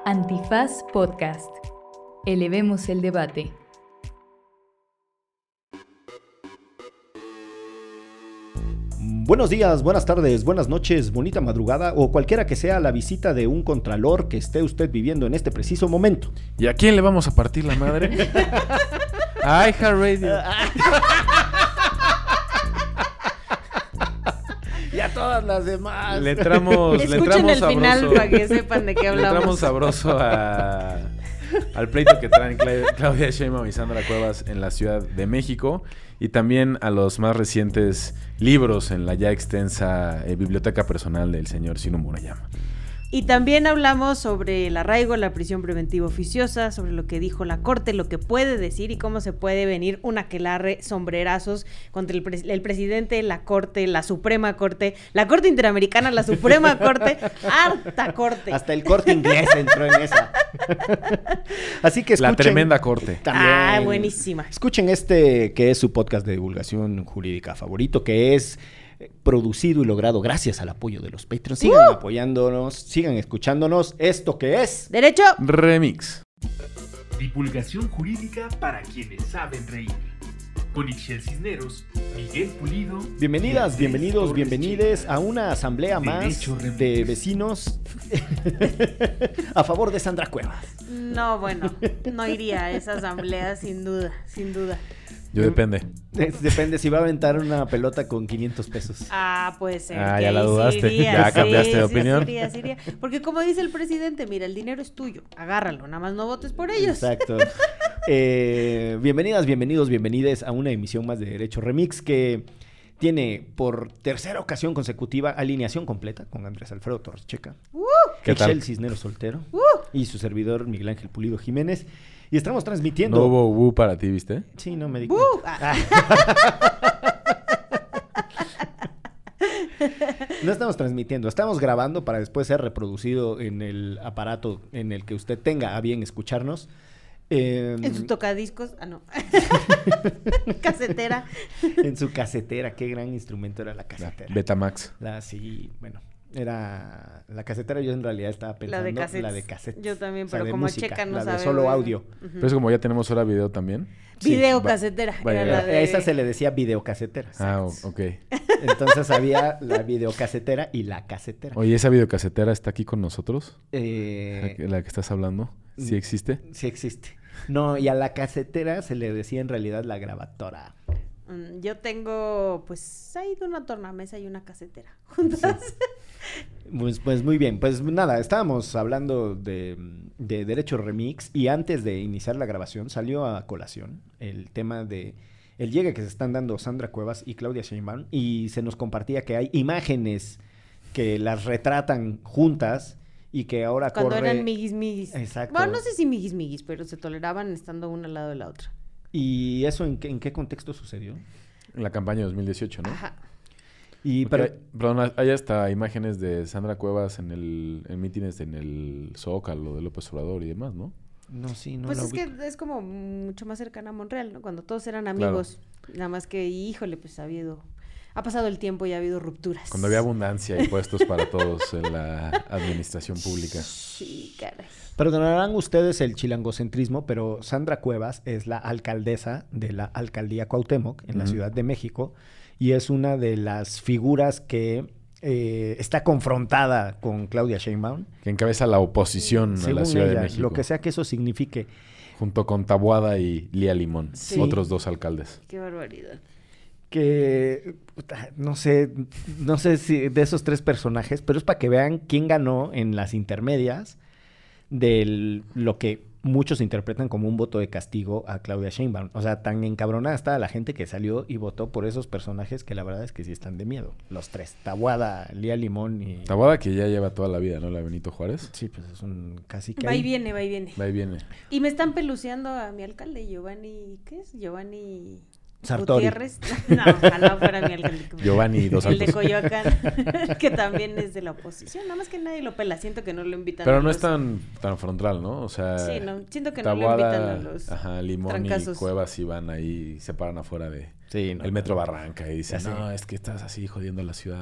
Antifaz Podcast. Elevemos el debate. Buenos días, buenas tardes, buenas noches, bonita madrugada o cualquiera que sea la visita de un contralor que esté usted viviendo en este preciso momento. ¿Y a quién le vamos a partir la madre? A iHeartRadio. Y a todas las demás. Le entramos Escuchen el sabroso. final para que sepan de qué hablamos. Le entramos sabroso al pleito que traen Claudia Sheinbaum y Sandra Cuevas en la Ciudad de México y también a los más recientes libros en la ya extensa biblioteca personal del señor Ciro Murayama. Y también hablamos sobre el arraigo, la prisión preventiva oficiosa, sobre lo que dijo la Corte, lo que puede decir y cómo se puede venir un aquelarre, sombrerazos contra el presidente, la Corte, la Suprema Corte, la Corte Interamericana, la Suprema Corte, harta Corte. Hasta el Corte Inglés entró en esa. Así que escuchen. La tremenda Corte. También, buenísima. Escuchen este que es su podcast de divulgación jurídica favorito, que es producido y logrado gracias al apoyo de los Patreons. Sigan apoyándonos, sigan escuchándonos. ¿Esto qué es? Derecho Remix. Divulgación jurídica para quienes saben reír. Con Ixchel Cisneros, Miguel Pulido. Bienvenidas, bienvenidos, bienvenides a una asamblea más Derecho Remix. de vecinos a favor de Sandra Cuevas. No, bueno, no iría a esa asamblea sin duda, sin duda. Yo depende. Depende si va a aventar una pelota con 500 pesos. Puede ser. Ah, que ya la ahí sí dudaste. iría, Ya cambiaste de opinión. Sí iría. Porque como dice el presidente, mira, el dinero es tuyo, agárralo, nada más no votes por ellos. Exacto. Bienvenidas, bienvenidos, bienvenides a una emisión más de Derecho Remix que tiene por tercera ocasión consecutiva alineación completa con Andrés Alfredo Torres Checa, ¿Qué tal? Ixchel Cisneros Soltero y su servidor Miguel Ángel Pulido Jiménez. Y estamos transmitiendo... No hubo para ti, ¿viste? Sí, no me di cuenta. No estamos transmitiendo, estamos grabando para después ser reproducido en el aparato en el que usted tenga a bien escucharnos. En su tocadiscos, no. Casetera. En su casetera, qué gran instrumento era la casetera. Betamax. Sí, bueno, era la casetera. Yo en realidad estaba pensando la de cassette. Yo también, O sea, pero de como música, Checa no la sabe. de solo audio. Pero es como ya tenemos ahora video también. Sí, Videocasetera. vaya, Era la de... Esa se le decía videocasetera. Ok. Entonces había la videocasetera y la casetera. Oye, ¿esa videocasetera está aquí con nosotros? ¿La que estás hablando? ¿Sí existe? Sí existe. No, y a la casetera se le decía en realidad la grabadora. Yo tengo, pues, ahí de una tornamesa y una casetera juntas. Pues muy bien, pues nada, estábamos hablando de Derecho Remix y antes de iniciar la grabación salió a colación el tema de el llegue que se están dando Sandra Cuevas y Claudia Sheinbaum y se nos compartía que hay imágenes que las retratan juntas y que ahora Cuando corre... eran miguis. Exacto. Bueno, no sé si miguis, pero se toleraban estando una al lado de la otra. ¿Y eso en qué contexto sucedió? En la campaña de 2018, ¿no? Ajá. Perdón, hay hasta imágenes de Sandra Cuevas en mítines en el Zócalo de López Obrador y demás, ¿no? No, sí, no. Pues la es ubico. que es como mucho más cercana a Monreal, ¿no? Cuando todos eran amigos. Claro. Nada más que, híjole, pues ha pasado el tiempo y ha habido rupturas. Cuando había abundancia y puestos para todos en la administración pública. Sí, caray. Perdonarán ustedes el chilangocentrismo, pero Sandra Cuevas es la alcaldesa de la alcaldía Cuauhtémoc en la Ciudad de México y es una de las figuras que está confrontada con Claudia Sheinbaum. Que encabeza la oposición a la Ciudad de México. Lo que sea que eso signifique. Junto con Taboada y Lía Limón, sí. Otros dos alcaldes. Qué barbaridad. Que no sé si de esos tres personajes, pero es para que vean quién ganó en las intermedias de lo que muchos interpretan como un voto de castigo a Claudia Sheinbaum. O sea, tan encabronada está la gente que salió y votó por esos personajes que la verdad es que sí están de miedo. Los tres, Taboada, Lía Limón y... Taboada que ya lleva toda la vida, ¿no? La de Benito Juárez. Sí, pues es un casi que... Va y ahí... viene. Va y viene. Y me están peluceando a mi alcalde, Giovanni... ¿Qué es? Giovanni... Sartori. Gutiérrez. No, ojalá fuera mi alcalde. Giovanni Dos El Altos. de Coyoacán, que también es de la oposición. Nada más que nadie lo pela. Siento que no lo invitan. Pero no es tan frontal, ¿no? O sea... Sí, no. Siento que Taboada, no lo invitan a los Limón trancazos. y Cuevas y van ahí y se paran afuera de Sí, no, el Metro Barranca y dicen, así. no, es que estás así jodiendo la ciudad.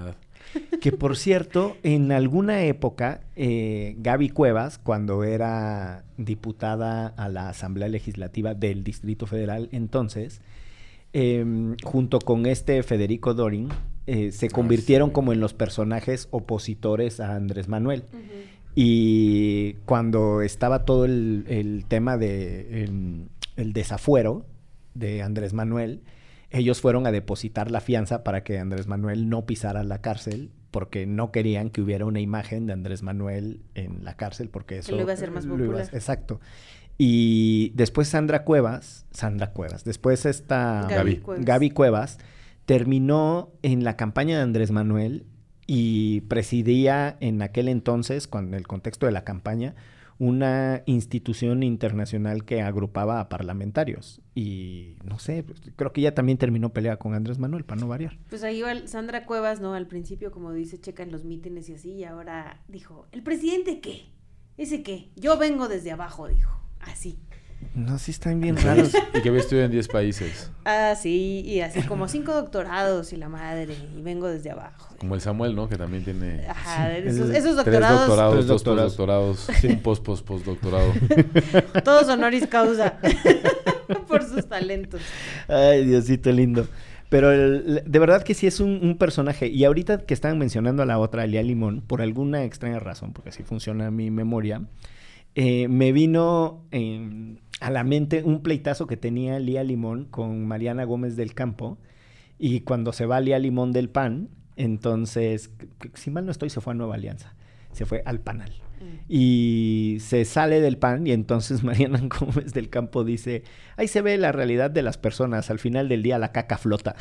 Que por cierto, en alguna época, Gaby Cuevas, cuando era diputada a la Asamblea Legislativa del Distrito Federal, entonces, junto con Federico Dorin, se convirtieron como en los personajes opositores a Andrés Manuel. Y cuando estaba todo el tema de el desafuero de Andrés Manuel, ellos fueron a depositar la fianza para que Andrés Manuel no pisara la cárcel, porque no querían que hubiera una imagen de Andrés Manuel en la cárcel, porque eso lo iba a hacer más popular. Exacto. Y después Sandra Cuevas, después Gaby Cuevas terminó en la campaña de Andrés Manuel y presidía en aquel entonces, con el contexto de la campaña, una institución internacional que agrupaba a parlamentarios. Y no sé, creo que ella también terminó pelea con Andrés Manuel, para no variar. Pues ahí igual Sandra Cuevas, ¿no? Al principio, como dice, checa en los mítines y así, y ahora dijo, ¿el presidente qué? ¿Ese qué? Yo vengo desde abajo, dijo. Así. No, sí están bien raros. Y que había estudiado en 10 países. Ah, sí, y así como 5 doctorados y la madre, y vengo desde abajo. Como el Samuel, ¿no? Que también tiene... Ajá, sí, esos doctorados. 3 doctorados, un postdoctorado. Todos honoris causa por sus talentos. Ay, Diosito lindo. Pero de verdad que sí es un personaje. Y ahorita que estaban mencionando a la otra, Lía Limón, por alguna extraña razón, porque así funciona mi memoria, me vino a la mente un pleitazo que tenía Lía Limón con Mariana Gómez del Campo. Y cuando se va Lía Limón del PAN, entonces, si mal no estoy, se fue a Nueva Alianza. Se fue al PANAL. Y se sale del PAN y entonces Mariana Gómez del Campo dice, ahí se ve la realidad de las personas, al final del día la caca flota.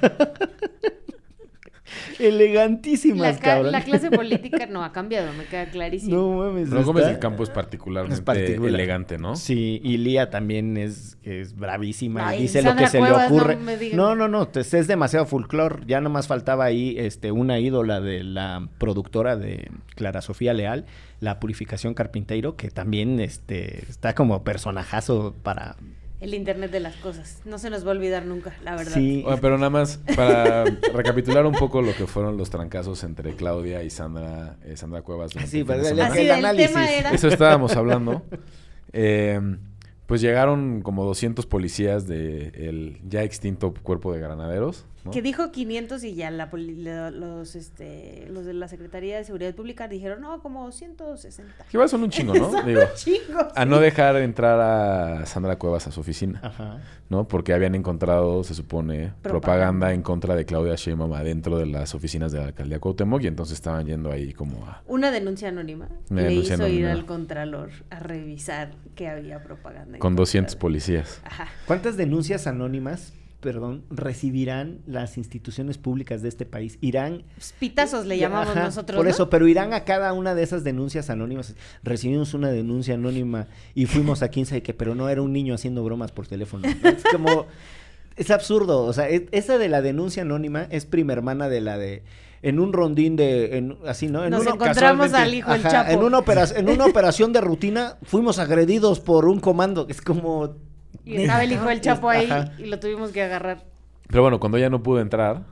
Elegantísimas, cabrón. La clase política no ha cambiado, me queda clarísimo. No mames. Pero Gómez del Campo es particularmente elegante, ¿no? Sí, y Lía también es bravísima. Ay, dice Sandra lo que se Cuevas, le ocurre. no me digan. No, es demasiado folclore. Ya nomás faltaba ahí una ídola de la productora de Clara Sofía Leal, La Purificación Carpinteiro, que también está como personajazo para... El internet de las cosas. No se nos va a olvidar nunca, la verdad. Sí. Bueno, pero nada más para recapitular un poco lo que fueron los trancazos entre Claudia y Sandra Cuevas. Sí, pero el análisis. Tema era... Eso estábamos hablando. Pues llegaron como 200 policías del ya extinto Cuerpo de Granaderos, ¿no? Que dijo 500 y ya los de la Secretaría de Seguridad Pública dijeron, no, como 160. Que igual son un chingo, ¿no? Son Digo, un chingo, a no dejar entrar a Sandra Cuevas a su oficina. Ajá. ¿No? Porque habían encontrado, se supone, propaganda en contra de Claudia Sheinbaum adentro de las oficinas de la alcaldía Cuauhtémoc y entonces estaban yendo ahí como a... Una denuncia anónima. Una le denuncia hizo ir anónima. al contralor a revisar que había propaganda. Con 200 policías. Ajá. ¿Cuántas denuncias anónimas, recibirán las instituciones públicas de este país? Irán... Pitazos le llamamos Ajá, nosotros, por ¿no? eso, pero irán a cada una de esas denuncias anónimas. Recibimos una denuncia anónima y fuimos a quién sabe qué, pero no era un niño haciendo bromas por teléfono. Es como... Es absurdo. O sea, esa de la denuncia anónima es prima hermana de la de... En un rondín así, ¿no? Nos encontramos al hijo del Chapo. En una operación de rutina fuimos agredidos por un comando. Es como... Y estaba el hijo del Chapo ahí Ajá. y lo tuvimos que agarrar. Pero bueno, cuando ella no pudo entrar,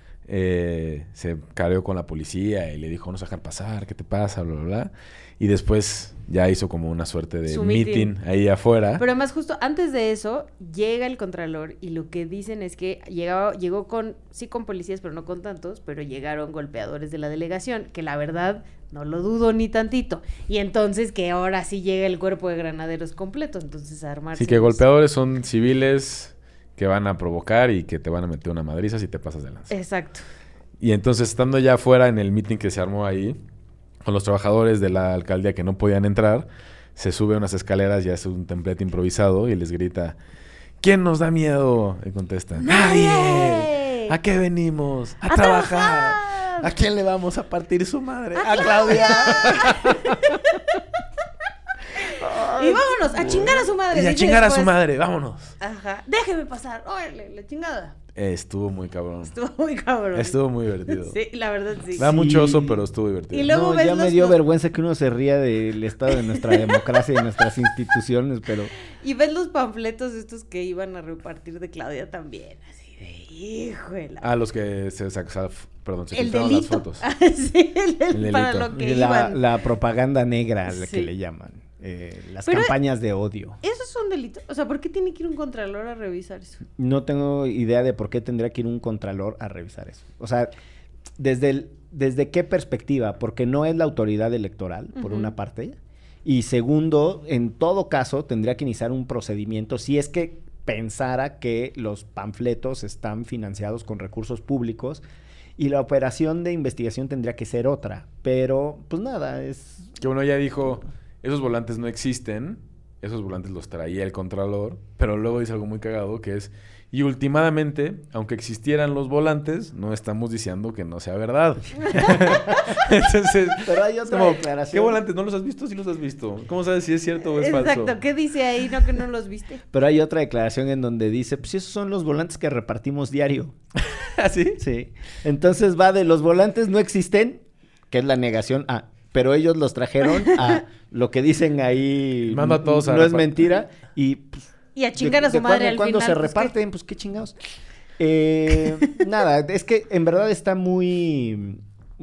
se cargó con la policía y le dijo, no nos dejan pasar, ¿qué te pasa? Bla, bla, bla. Y después ya hizo como una suerte de Su meeting ahí afuera. Pero además justo antes de eso llega el contralor y lo que dicen es que llegó con policías, pero no con tantos, pero llegaron golpeadores de la delegación, que la verdad no lo dudo ni tantito. Y entonces que ahora sí llega el Cuerpo de Granaderos completo, entonces a armarse. Así que golpeadores son civiles que van a provocar y que te van a meter una madriza si te pasas de lanza. Exacto. Y entonces estando ya afuera en el meeting que se armó ahí, con los trabajadores de la alcaldía que no podían entrar, se sube a unas escaleras y hace un templete improvisado y les grita, ¿quién nos da miedo? Y contestan, ¡nadie! ¿A qué venimos? ¡A trabajar! ¿A quién le vamos a partir su madre? ¡A Claudia! Y vámonos, a chingar a su madre. Y a dice chingar a su después. madre, vámonos. Ajá, déjeme pasar, órale, la chingada. Estuvo muy cabrón. Estuvo muy cabrón. Estuvo muy divertido. Sí, la verdad sí. Da mucho oso, pero estuvo divertido. Y luego ves ya me los- dio vergüenza que uno se ría del estado de nuestra democracia y de nuestras instituciones, pero... Y ves los panfletos estos que iban a repartir de Claudia también, así. híjole. Los que se filtraron las delito. fotos. Sí, El para delito. lo que iban. La propaganda negra, la Sí. que le llaman. Las Pero- campañas de odio. ¿Esos son delitos? O sea, ¿por qué tiene que ir un contralor a revisar eso? No tengo idea de por qué tendría que ir un contralor a revisar eso. O sea, ¿desde qué perspectiva? Porque no es la autoridad electoral, por Ujú. una parte. Y segundo, en todo caso, tendría que iniciar un procedimiento si es que pensara que los panfletos están financiados con recursos públicos y la operación de investigación tendría que ser otra. Pero, pues nada, es... Que bueno, ya dijo, esos volantes no existen, esos volantes los traía el contralor, pero luego dice algo muy cagado que es, y últimamente, aunque existieran los volantes, no estamos diciendo que no sea verdad. Entonces, Pero hay es otra como, declaración. ¿qué volantes? ¿No los has visto? Sí los has visto. ¿Cómo sabes si es cierto o es Exacto. falso? ¿Qué dice ahí? No, que no los viste. Pero hay otra declaración en donde dice, pues esos son los volantes que repartimos diario. ¿Ah, sí? Sí. Entonces va de los volantes no existen, que es la negación, pero ellos los trajeron a lo que dicen ahí. Mando a todos a no es repartir. mentira. Y pues, Y a chingar a su madre al cuando final. se pues, ¿qué? reparten, pues qué chingados. Nada, es que en verdad está muy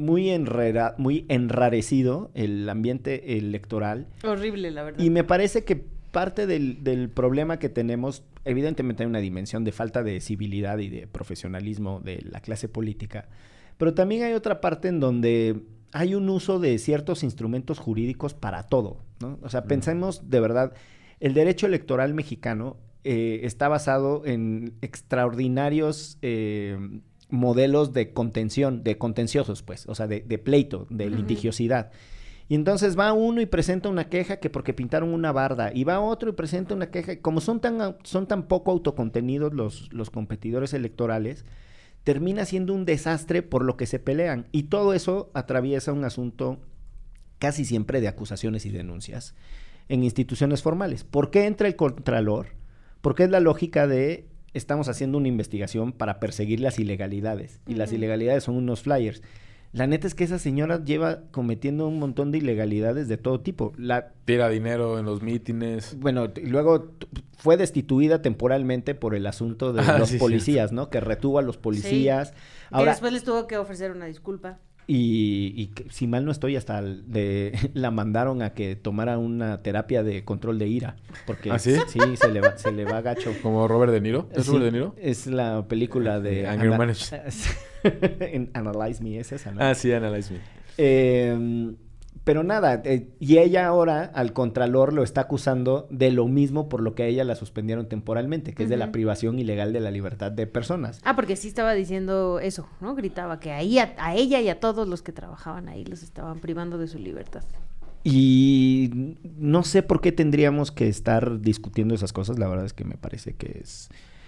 enrarecido el ambiente electoral. Horrible, la verdad. Y me parece que parte del problema que tenemos, evidentemente hay una dimensión de falta de civilidad y de profesionalismo de la clase política, pero también hay otra parte en donde hay un uso de ciertos instrumentos jurídicos para todo, ¿no? O sea, pensemos de verdad, el derecho electoral mexicano está basado en extraordinarios modelos de contención, de contenciosos, pues, o sea, de pleito, de litigiosidad. Y entonces va uno y presenta una queja que porque pintaron una barda, y va otro y presenta una queja. Como son tan poco autocontenidos los competidores electorales, termina siendo un desastre por lo que se pelean. Y todo eso atraviesa un asunto casi siempre de acusaciones y denuncias en instituciones formales. ¿Por qué entra el contralor? Porque es la lógica de estamos haciendo una investigación para perseguir las ilegalidades. Y las ilegalidades son unos flyers. La neta es que esa señora lleva cometiendo un montón de ilegalidades de todo tipo. Tira dinero en los mítines. Bueno, luego fue destituida temporalmente por el asunto de los sí, policías, ¿no? Que retuvo a los policías. Sí. Ahora, Y después les tuvo que ofrecer una disculpa. y si mal no estoy, hasta la mandaron a que tomara una terapia de control de ira. Porque ¿Ah, sí? Sí, se le va gacho. ¿Como Robert De Niro? ¿Es Sí, Robert De Niro? Es la película de... Anger Management. en Analyze Me, es esa, ¿no? Ah, sí, Analyze Me. Pero nada, y ella ahora al contralor lo está acusando de lo mismo por lo que a ella la suspendieron temporalmente, que es de la privación ilegal de la libertad de personas. Porque sí estaba diciendo eso, ¿no? Gritaba que ahí a ella y a todos los que trabajaban ahí los estaban privando de su libertad. Y no sé por qué tendríamos que estar discutiendo esas cosas, la verdad es que me parece que es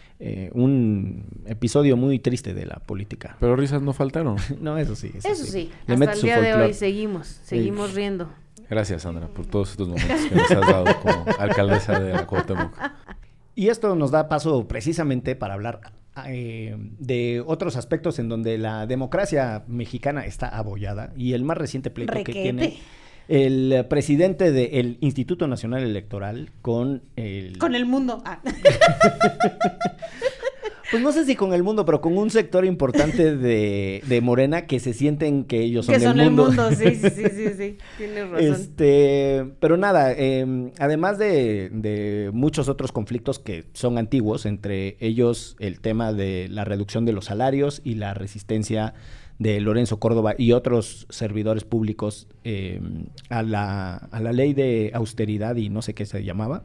un episodio muy triste de la política. Pero risas no faltaron. No, eso sí. Eso sí, Le hasta mete el su día de folclore. hoy seguimos riendo. Gracias, Sandra, por todos estos momentos que nos has dado como alcaldesa de la Cuauhtémoc. Y esto nos da paso precisamente para hablar de otros aspectos en donde la democracia mexicana está abollada y el más reciente pleito que Requete. tiene el presidente del Instituto Nacional Electoral con el... Con el mundo. Pues no sé si con el mundo, pero con un sector importante de Morena que se sienten que ellos son, Que son el mundo. Sí. Tienes razón. Pero nada, además de muchos otros conflictos que son antiguos, entre ellos el tema de la reducción de los salarios y la resistencia de Lorenzo Córdoba y otros servidores públicos a la ley de austeridad y no sé qué se llamaba.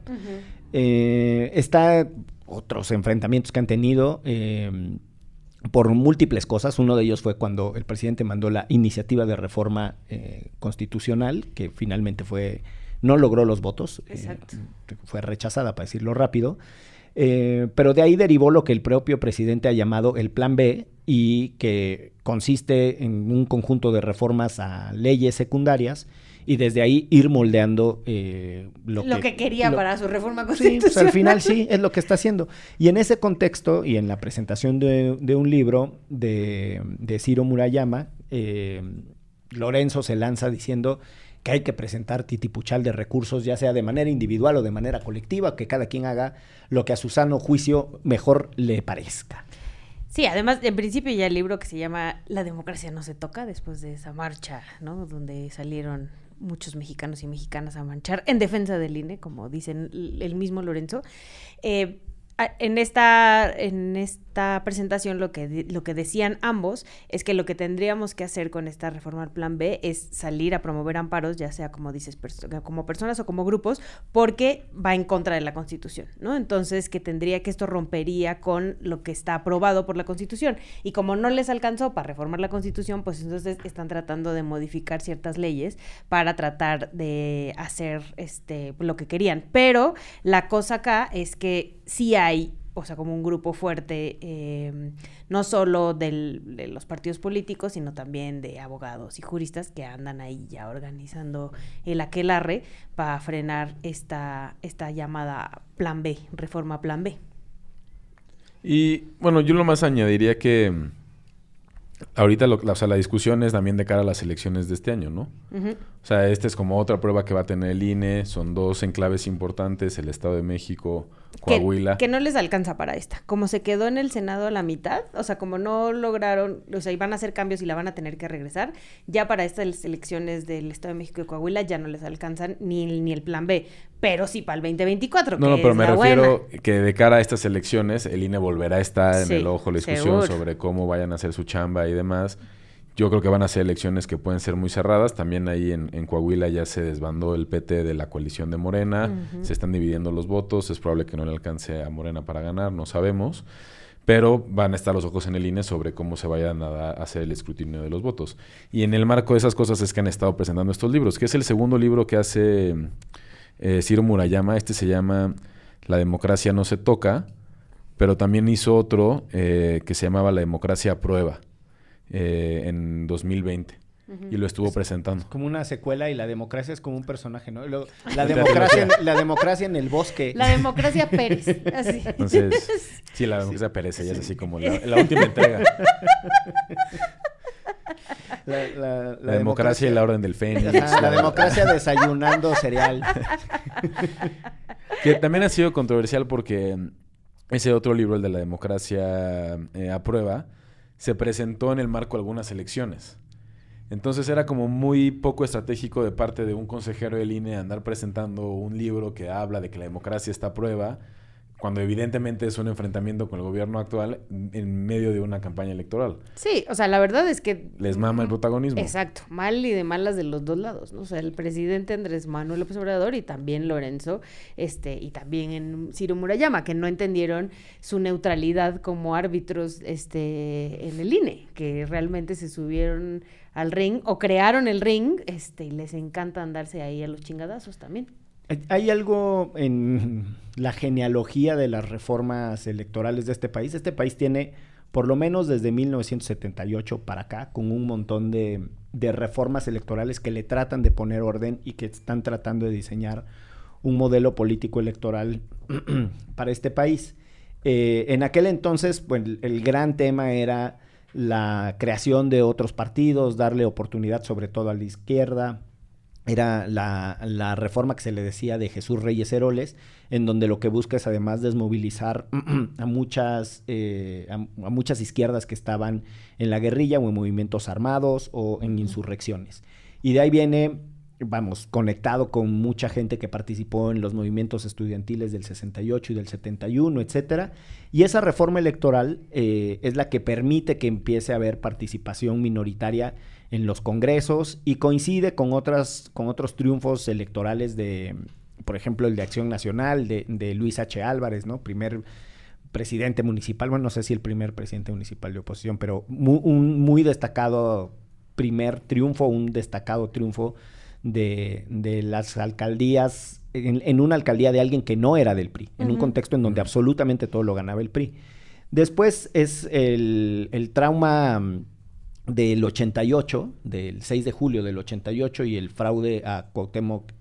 Está otros enfrentamientos que han tenido por múltiples cosas. Uno de ellos fue cuando el presidente mandó la iniciativa de reforma constitucional, que finalmente no logró los votos. Exacto. Fue rechazada, para decirlo rápido. Pero de ahí derivó lo que el propio presidente ha llamado el Plan B, y que consiste en un conjunto de reformas a leyes secundarias y desde ahí ir moldeando lo que quería para su reforma Sí, constitucional. pues al final sí, es lo que está haciendo. Y en ese contexto y en la presentación de un libro de Ciro Murayama, Lorenzo se lanza diciendo que hay que presentar titipuchal de recursos, ya sea de manera individual o de manera colectiva, que cada quien haga lo que a su sano juicio mejor le parezca. Sí, además, en principio ya el libro que se llama La democracia no se toca, después de esa marcha, ¿no? Donde salieron muchos mexicanos y mexicanas a marchar en defensa del INE, como dicen el mismo Lorenzo. En esta presentación lo que decían ambos es que lo que tendríamos que hacer con esta reforma al Plan B es salir a promover amparos, ya sea como dices, como personas o como grupos, porque va en contra de la Constitución, ¿no? Entonces que esto rompería con lo que está aprobado por la Constitución. Y como no les alcanzó para reformar la Constitución, pues entonces están tratando de modificar ciertas leyes para tratar de hacer lo que querían. Pero la cosa acá es que sí hay, o sea, como un grupo fuerte, no solo de los partidos políticos, sino también de abogados y juristas que andan ahí ya organizando el aquelarre para frenar esta llamada Plan B, reforma Plan B. Y bueno, yo lo más añadiría que ahorita la discusión es también de cara a las elecciones de este año, ¿no? Uh-huh. O sea, esta es como otra prueba que va a tener el INE. Son 2 enclaves importantes, el Estado de México, Coahuila. Que no les alcanza para esta. Como se quedó en el Senado a la mitad, o sea, como no lograron, o sea, iban a hacer cambios y la van a tener que regresar, ya para estas elecciones del Estado de México y Coahuila ya no les alcanzan ni el Plan B, pero sí para el 2024, No, pero me refiero que de cara a estas elecciones el INE volverá a estar en el ojo de la discusión sobre cómo vayan a hacer su chamba y demás. Yo creo que van a ser elecciones que pueden ser muy cerradas. También ahí en Coahuila ya se desbandó el PT de la coalición de Morena. Uh-huh. Se están dividiendo los votos. Es probable que no le alcance a Morena para ganar, no sabemos. Pero van a estar los ojos en el INE sobre cómo se vayan a hacer el escrutinio de los votos. Y en el marco de esas cosas es que han estado presentando estos libros, que es el segundo libro que hace Ciro Murayama. Este se llama La democracia no se toca, pero también hizo otro que se llamaba La democracia a prueba. En 2020 uh-huh. Y lo estuvo presentando. Es como una secuela y la democracia es como un personaje, ¿no? La democracia en el bosque. La democracia Pérez. Así. Entonces, sí, la democracia Pérez, ella es así como la última entrega. La democracia y la orden del Fénix. La democracia desayunando cereal. Que también ha sido controversial porque ese otro libro, el de la democracia a prueba, se presentó en el marco de algunas elecciones. Entonces era como muy poco estratégico de parte de un consejero del INE andar presentando un libro que habla de que la democracia está a prueba, cuando evidentemente es un enfrentamiento con el gobierno actual en medio de una campaña electoral. Sí, o sea, la verdad es que... les mama el protagonismo. Exacto, mal y de malas de los dos lados, ¿no? O sea, el presidente Andrés Manuel López Obrador y también Lorenzo, y también en Ciro Murayama, que no entendieron su neutralidad como árbitros, en el INE, que realmente se subieron al ring o crearon el ring, y les encanta andarse ahí a los chingadazos también. Hay algo en la genealogía de las reformas electorales de este país. Este país tiene, por lo menos desde 1978 para acá, con un montón de reformas electorales que le tratan de poner orden y que están tratando de diseñar un modelo político electoral para este país. En aquel entonces, pues, el gran tema era la creación de otros partidos, darle oportunidad sobre todo a la izquierda. Era la reforma que se le decía de Jesús Reyes Heroles, en donde lo que busca es además desmovilizar a muchas izquierdas que estaban en la guerrilla o en movimientos armados o en insurrecciones. Y de ahí viene, conectado con mucha gente que participó en los movimientos estudiantiles del 68 y del 71, etcétera. Y esa reforma electoral es la que permite que empiece a haber participación minoritaria en los congresos y coincide con otros triunfos electorales de, por ejemplo, el de Acción Nacional, de Luis H. Álvarez, ¿no? Primer presidente municipal, bueno, no sé si el primer presidente municipal de oposición, pero un muy destacado primer triunfo, un destacado triunfo de las alcaldías, en una alcaldía de alguien que no era del PRI, en un contexto en donde absolutamente todo lo ganaba el PRI. Después es el trauma del 88, del 6 de julio del 88 y el fraude a Cuauhtémoc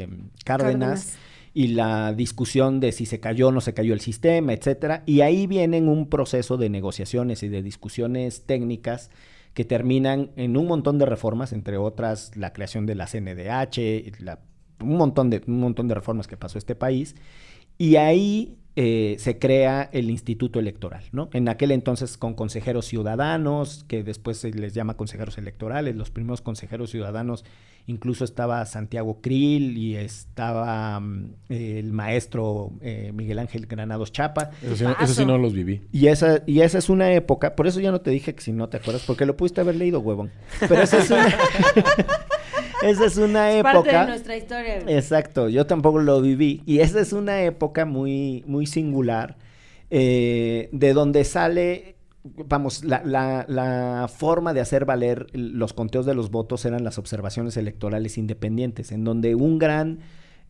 Cárdenas y la discusión de si se cayó o no se cayó el sistema, etcétera. Y ahí vienen un proceso de negociaciones y de discusiones técnicas que terminan en un montón de reformas, entre otras la creación de la CNDH, un montón de reformas que pasó este país. Y ahí se crea el Instituto Electoral, ¿no? En aquel entonces con consejeros ciudadanos, que después se les llama consejeros electorales. Los primeros consejeros ciudadanos, incluso estaba Santiago Krill y estaba el maestro Miguel Ángel Granados Chapa. Eso sí no los viví. Y esa es una época, por eso ya no te dije que si no te acuerdas, porque lo pudiste haber leído, huevón. Pero esa es una... Esa es una época... parte de nuestra historia. Exacto, yo tampoco lo viví. Y esa es una época muy, muy singular, de donde sale, vamos, la forma de hacer valer los conteos de los votos eran las observaciones electorales independientes, en donde un gran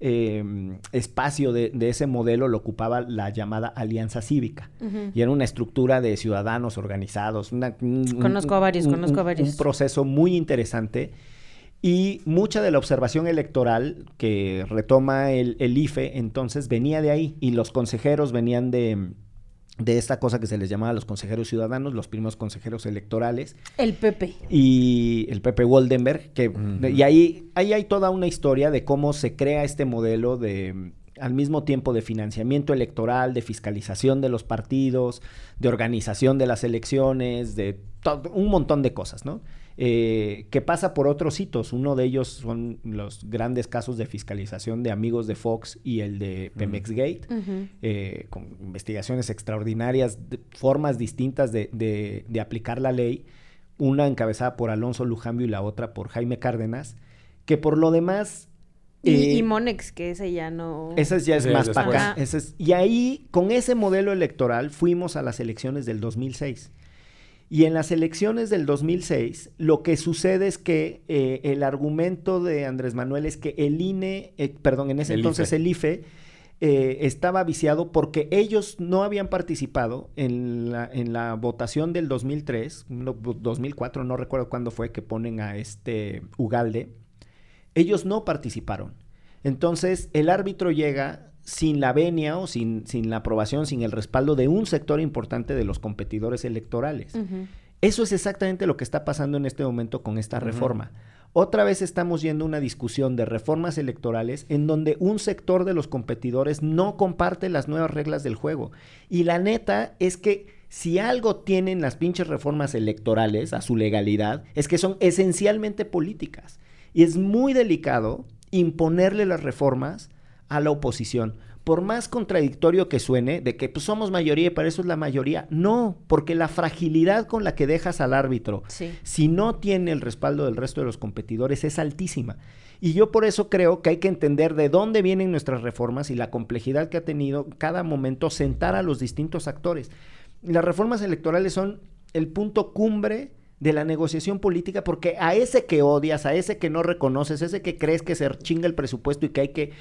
espacio de ese modelo lo ocupaba la llamada Alianza Cívica. Uh-huh. Y era una estructura de ciudadanos organizados. Conozco a varios. Un proceso muy interesante. Y mucha de la observación electoral que retoma el IFE entonces venía de ahí, y los consejeros venían de esta cosa que se les llamaba los consejeros ciudadanos, los primeros consejeros electorales. El Pepe. Y el Pepe Woldenberg, que y ahí hay toda una historia de cómo se crea este modelo de, al mismo tiempo, de financiamiento electoral, de fiscalización de los partidos, de organización de las elecciones, de un montón de cosas, ¿no? Que pasa por otros hitos. Uno de ellos son los grandes casos de fiscalización de Amigos de Fox y el de Pemex Gate, con investigaciones extraordinarias, formas distintas de aplicar la ley, una encabezada por Alonso Lujambio y la otra por Jaime Cárdenas, que por lo demás... y Monex, que ese ya no... Ese ya es más para acá. Y ahí, con ese modelo electoral, fuimos a las elecciones del 2006. Y en las elecciones del 2006, lo que sucede es que el argumento de Andrés Manuel es que el INE, en ese entonces el IFE, estaba viciado porque ellos no habían participado en la votación del 2003, 2004, no recuerdo cuándo fue que ponen a Ugalde. Ellos no participaron. Entonces, el árbitro llega sin la venia o sin la aprobación, sin el respaldo de un sector importante de los competidores electorales. Uh-huh. Eso es exactamente lo que está pasando en este momento con esta reforma. Otra vez estamos yendo a una discusión de reformas electorales en donde un sector de los competidores no comparte las nuevas reglas del juego. Y la neta es que si algo tienen las pinches reformas electorales a su legalidad, es que son esencialmente políticas. Y es muy delicado imponerle las reformas a la oposición. Por más contradictorio que suene, de que pues somos mayoría y para eso es la mayoría, no, porque la fragilidad con la que dejas al árbitro, si no tiene el respaldo del resto de los competidores, es altísima. Y yo por eso creo que hay que entender de dónde vienen nuestras reformas y la complejidad que ha tenido cada momento sentar a los distintos actores. Las reformas electorales son el punto cumbre de la negociación política, porque a ese que odias, a ese que no reconoces, a ese que crees que se chinga el presupuesto y que hay que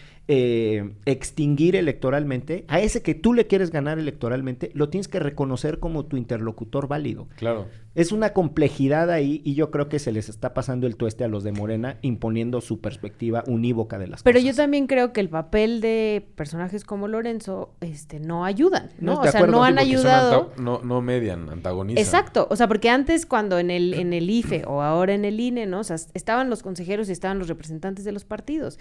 extinguir electoralmente, a ese que tú le quieres ganar electoralmente, lo tienes que reconocer como tu interlocutor válido. Claro. Es una complejidad ahí y yo creo que se les está pasando el tueste a los de Morena imponiendo su perspectiva unívoca de las cosas. Pero yo también creo que el papel de personajes como Lorenzo no ayudan, ¿no? O sea, no han ayudado. No median, antagonizan. Exacto. O sea, porque antes cuando en el IFE o ahora en el INE, ¿no? O sea, estaban los consejeros y estaban los representantes de los partidos.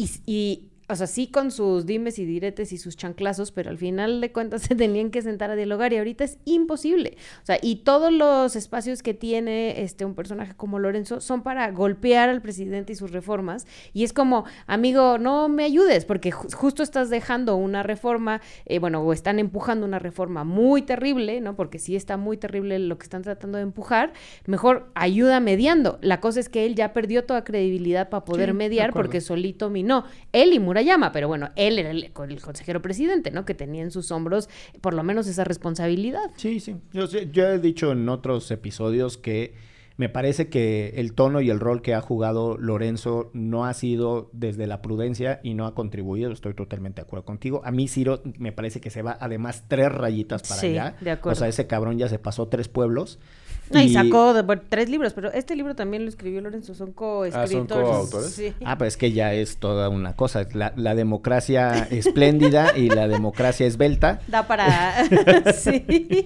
Y o sea, sí con sus dimes y diretes y sus chanclazos, pero al final de cuentas se tenían que sentar a dialogar y ahorita es imposible. O sea, y todos los espacios que tiene un personaje como Lorenzo son para golpear al presidente y sus reformas, y es como, amigo, no me ayudes, porque justo estás dejando una reforma, o están empujando una reforma muy terrible, ¿no? Porque sí está muy terrible lo que están tratando de empujar, mejor ayuda mediando. La cosa es que él ya perdió toda credibilidad para poder mediar porque solito minó. Él y Murayama, pero bueno, él era el consejero presidente, ¿no? Que tenía en sus hombros por lo menos esa responsabilidad. Sí. Yo he dicho en otros episodios que me parece que el tono y el rol que ha jugado Lorenzo no ha sido desde la prudencia y no ha contribuido. Estoy totalmente de acuerdo contigo. A mí Ciro me parece que se va además 3 rayitas para allá. De acuerdo. O sea, ese cabrón ya se pasó 3 pueblos. Y sacó 3 libros, pero este libro también lo escribió Lorenzo, son coescritores. ¿Son coautores? Sí. Pero es que ya es toda una cosa. La democracia espléndida y la democracia esbelta. Da para... sí.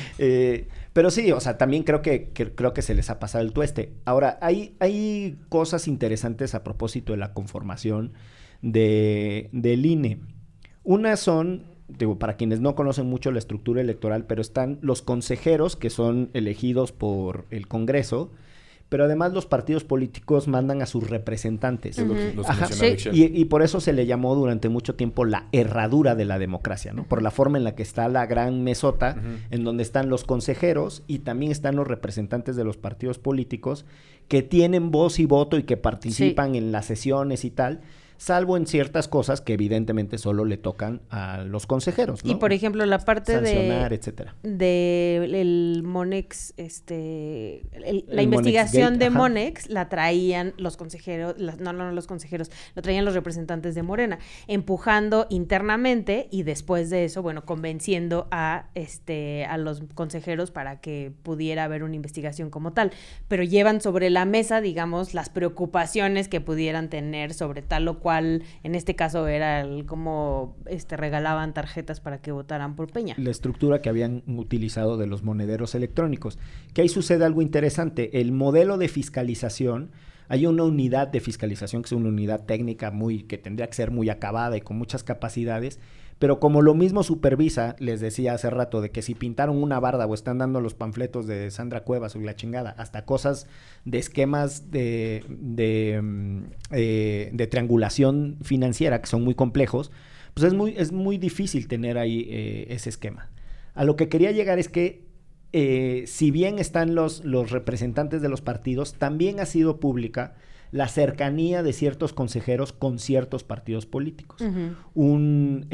Pero sí, o sea, también creo que se les ha pasado el tueste. Ahora, hay cosas interesantes a propósito de la conformación del INE. Una son digo, para quienes no conocen mucho la estructura electoral, pero están los consejeros que son elegidos por el Congreso, pero además los partidos políticos mandan a sus representantes. Los Ajá, mencionaba sí. Ixchel. Y por eso se le llamó durante mucho tiempo la herradura de la democracia, ¿no? Por la forma en la que está la gran mesota, en donde están los consejeros y también están los representantes de los partidos políticos que tienen voz y voto y que participan en las sesiones y tal, salvo en ciertas cosas que evidentemente solo le tocan a los consejeros, ¿no? Y por ejemplo, la parte sancionar, etcétera. el Monex, la El investigación Monex de Gate, ajá. Monex la traían los consejeros, no los consejeros, lo traían los representantes de Morena, empujando internamente y después de eso, bueno, convenciendo a los consejeros para que pudiera haber una investigación como tal, pero llevan sobre la mesa, digamos, las preocupaciones que pudieran tener sobre tal o cual, en este caso era cómo regalaban tarjetas para que votaran por Peña. La estructura que habían utilizado de los monederos electrónicos. Que ahí sucede algo interesante. El modelo de fiscalización, hay una unidad de fiscalización que es una unidad técnica que tendría que ser muy acabada y con muchas capacidades, pero como lo mismo supervisa, les decía hace rato, de que si pintaron una barda o están dando los panfletos de Sandra Cuevas o la chingada, hasta cosas de esquemas de triangulación financiera que son muy complejos, pues es muy difícil tener ahí ese esquema. A lo que quería llegar es que si bien están los representantes de los partidos, también ha sido pública la cercanía de ciertos consejeros con ciertos partidos políticos. Un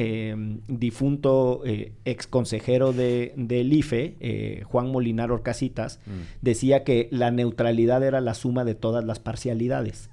difunto ex consejero del IFE, Juan Molinar Orcasitas, decía que la neutralidad era la suma de todas las parcialidades.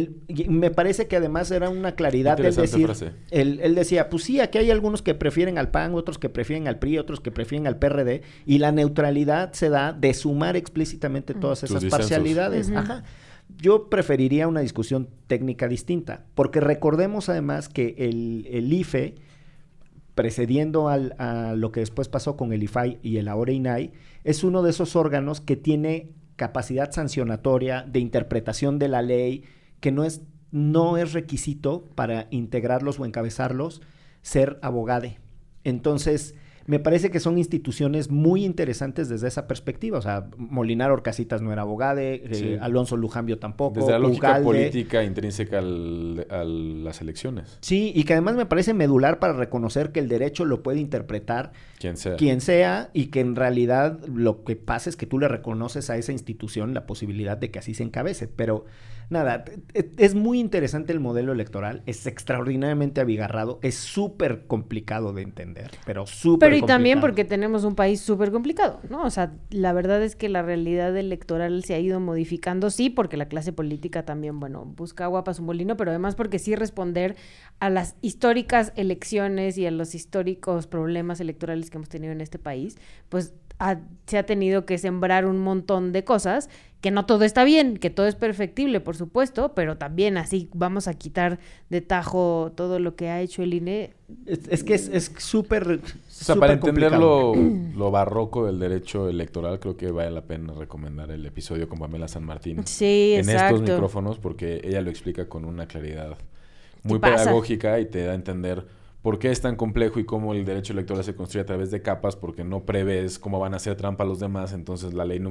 Me parece que además era una claridad del decir, frase. Él decía, pues sí, aquí hay algunos que prefieren al PAN, otros que prefieren al PRI, otros que prefieren al PRD, y la neutralidad se da de sumar explícitamente todas esas parcialidades. Ajá. Yo preferiría una discusión técnica distinta, porque recordemos además que el IFE, precediendo a lo que después pasó con el IFAI y el ahora INAI, es uno de esos órganos que tiene capacidad sancionatoria de interpretación de la ley, que no es requisito para integrarlos o encabezarlos ser abogade. Entonces, me parece que son instituciones muy interesantes desde esa perspectiva. O sea, Molinar Orcasitas no era abogade, Sí. Alonso Lujambio tampoco. Desde la lógica Ugalde. política intrínseca a las elecciones. Sí, y que además me parece medular para reconocer que el derecho lo puede interpretar Quien sea. y que en realidad lo que pasa es que tú le reconoces a esa institución la posibilidad de que así se encabece. Pero nada, es muy interesante el modelo electoral, es extraordinariamente abigarrado, es súper complicado de entender, pero súper Pero y también complicado. porque tenemos un país súper complicado, ¿no? O sea, la verdad es que la realidad electoral se ha ido modificando, sí, porque la clase política también, bueno, busca agua para su molino, pero además porque sí responder a las históricas elecciones y a los históricos problemas electorales que hemos tenido en este país, pues se ha tenido que sembrar un montón de cosas, que no todo está bien, que todo es perfectible, por supuesto, pero también así vamos a quitar de tajo todo lo que ha hecho el INE. Es que es súper O sea, para entender complicado. lo barroco del derecho electoral, creo que vale la pena recomendar el episodio con Pamela San Martín. Sí, en exacto. estos micrófonos, porque ella lo explica con una claridad muy pasa? pedagógica y te da a entender por qué es tan complejo y cómo el derecho electoral se construye a través de capas, porque no prevés cómo van a hacer trampa los demás, entonces la ley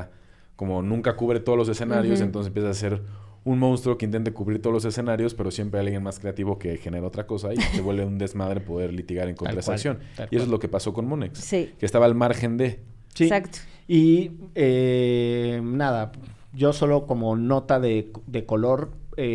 nunca cubre todos los escenarios, entonces empieza a ser un monstruo que intente cubrir todos los escenarios, pero siempre hay alguien más creativo que genera otra cosa y se vuelve un desmadre poder litigar en contra de esa acción. Y eso es lo que pasó con Monex, Sí. que estaba al margen de... Sí. Exacto. Y nada, yo solo como nota de color,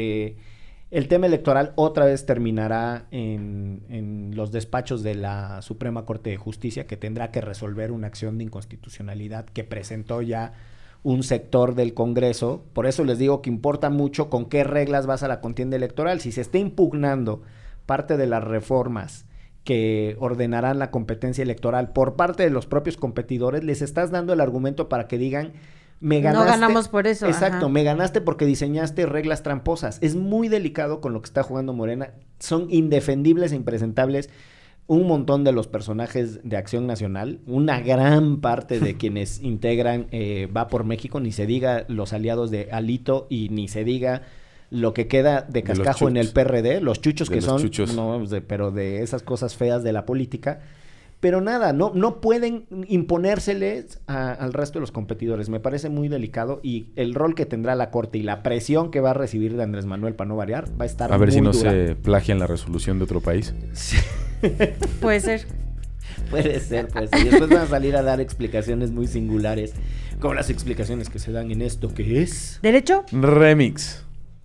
el tema electoral otra vez terminará en los despachos de la Suprema Corte de Justicia, que tendrá que resolver una acción de inconstitucionalidad que presentó ya un sector del Congreso. Por eso les digo que importa mucho con qué reglas vas a la contienda electoral. Si se está impugnando parte de las reformas que ordenarán la competencia electoral por parte de los propios competidores, les estás dando el argumento para que digan: me ganaste. No ganamos por eso. Exacto, ajá. me ganaste porque diseñaste reglas tramposas. Es muy delicado con lo que está jugando Morena. Son indefendibles e impresentables un montón de los personajes de Acción Nacional. Una gran parte de quienes integran Va por México, ni se diga los aliados de Alito y ni se diga lo que queda de cascajo en el PRD, los chuchos De que los son, chuchos. no, pero de esas cosas feas de la política. Pero nada, no pueden imponérseles al resto de los competidores. Me parece muy delicado y el rol que tendrá la Corte y la presión que va a recibir de Andrés Manuel para no variar va a estar A ver si muy no dura. se plagian la resolución de otro país. Puede ser. Puede ser, pues. Y después van a salir a dar explicaciones muy singulares, como las explicaciones que se dan en esto, que es... ¿Derecho? Remix.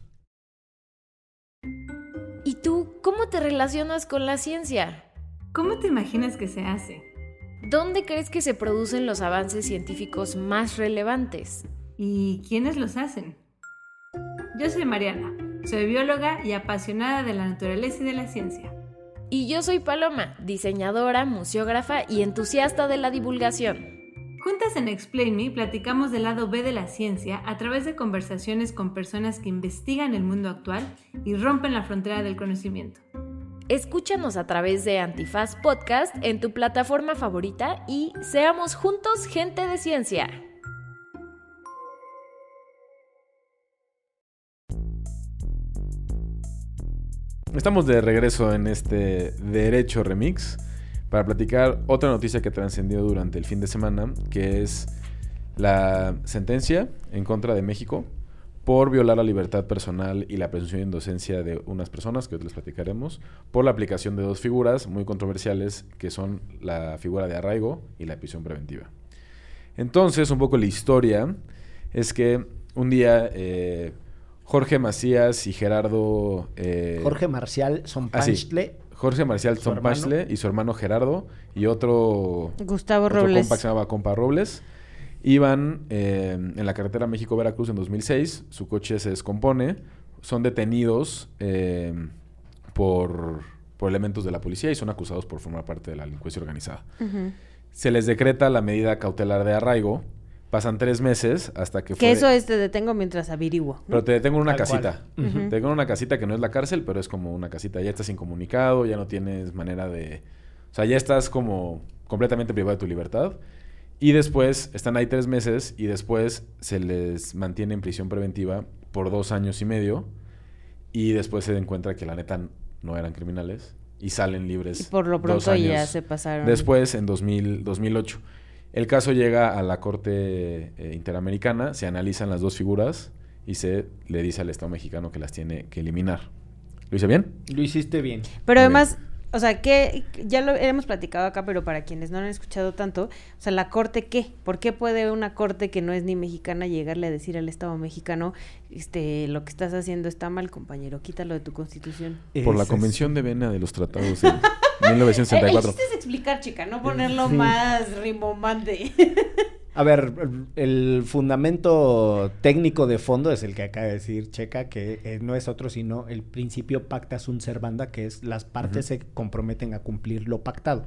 ¿Y tú cómo te relacionas con la ciencia? ¿Cómo te imaginas que se hace? ¿Dónde crees que se producen los avances científicos más relevantes? ¿Y quiénes los hacen? Yo soy Mariana, soy bióloga y apasionada de la naturaleza y de la ciencia. Y yo soy Paloma, diseñadora, museógrafa y entusiasta de la divulgación. Juntas en Explain Me platicamos del lado B de la ciencia a través de conversaciones con personas que investigan el mundo actual y rompen la frontera del conocimiento. Escúchanos a través de Antifaz Podcast en tu plataforma favorita y seamos juntos gente de ciencia. Estamos de regreso en este Derecho Remix para platicar otra noticia que trascendió durante el fin de semana, que es la sentencia en contra de México por violar la libertad personal y la presunción de inocencia de unas personas, que hoy les platicaremos, por la aplicación de dos figuras muy controversiales, que son la figura de arraigo y la prisión preventiva. Entonces, un poco la historia es que un día Jorge Macías y Gerardo... Jorge Marcial Sompanchtle. Jorge Marcial Su Sompanchtle y su hermano Gerardo y otro Gustavo otro Robles. compa que se llamaba Compa Robles. Iban en la carretera México-Veracruz en 2006. Su coche se descompone. Son detenidos por elementos de la policía y son acusados por formar parte de la delincuencia organizada. Ujú. Se les decreta la medida cautelar de arraigo. Pasan 3 meses hasta que Que eso es, te detengo mientras averiguo, ¿no? Pero te detengo en una Tal cual. casita. Ujú. Te detengo en una casita que no es la cárcel, pero es como una casita. Ya estás incomunicado, ya no tienes manera de... O sea, ya estás como completamente privado de tu libertad. Y después están ahí 3 meses y después se les mantiene en prisión preventiva por 2 años y medio. Y después se encuentra que la neta no eran criminales y salen libres. Y por lo 2 pronto ya años se pasaron. después, en 2008. El caso llega a la Corte Interamericana, se analizan las dos figuras y se le dice al Estado mexicano que las tiene que eliminar. ¿Lo hice bien? Lo hiciste bien. Pero Muy además, o sea, que ya lo hemos platicado acá, pero para quienes no lo han escuchado tanto, o sea, ¿la corte qué? ¿Por qué puede una corte que no es ni mexicana llegarle a decir al Estado mexicano, lo que estás haciendo está mal, compañero, quítalo de tu constitución? Por la Ese es- Convención de Viena de los Tratados de El 1964. chiste es explicar, chica, no ponerlo Sí. más rimbombante. A ver, el fundamento técnico de fondo es el que acaba de decir Checa, que no es otro sino el principio pacta sunt servanda, que es las partes se comprometen a cumplir lo pactado.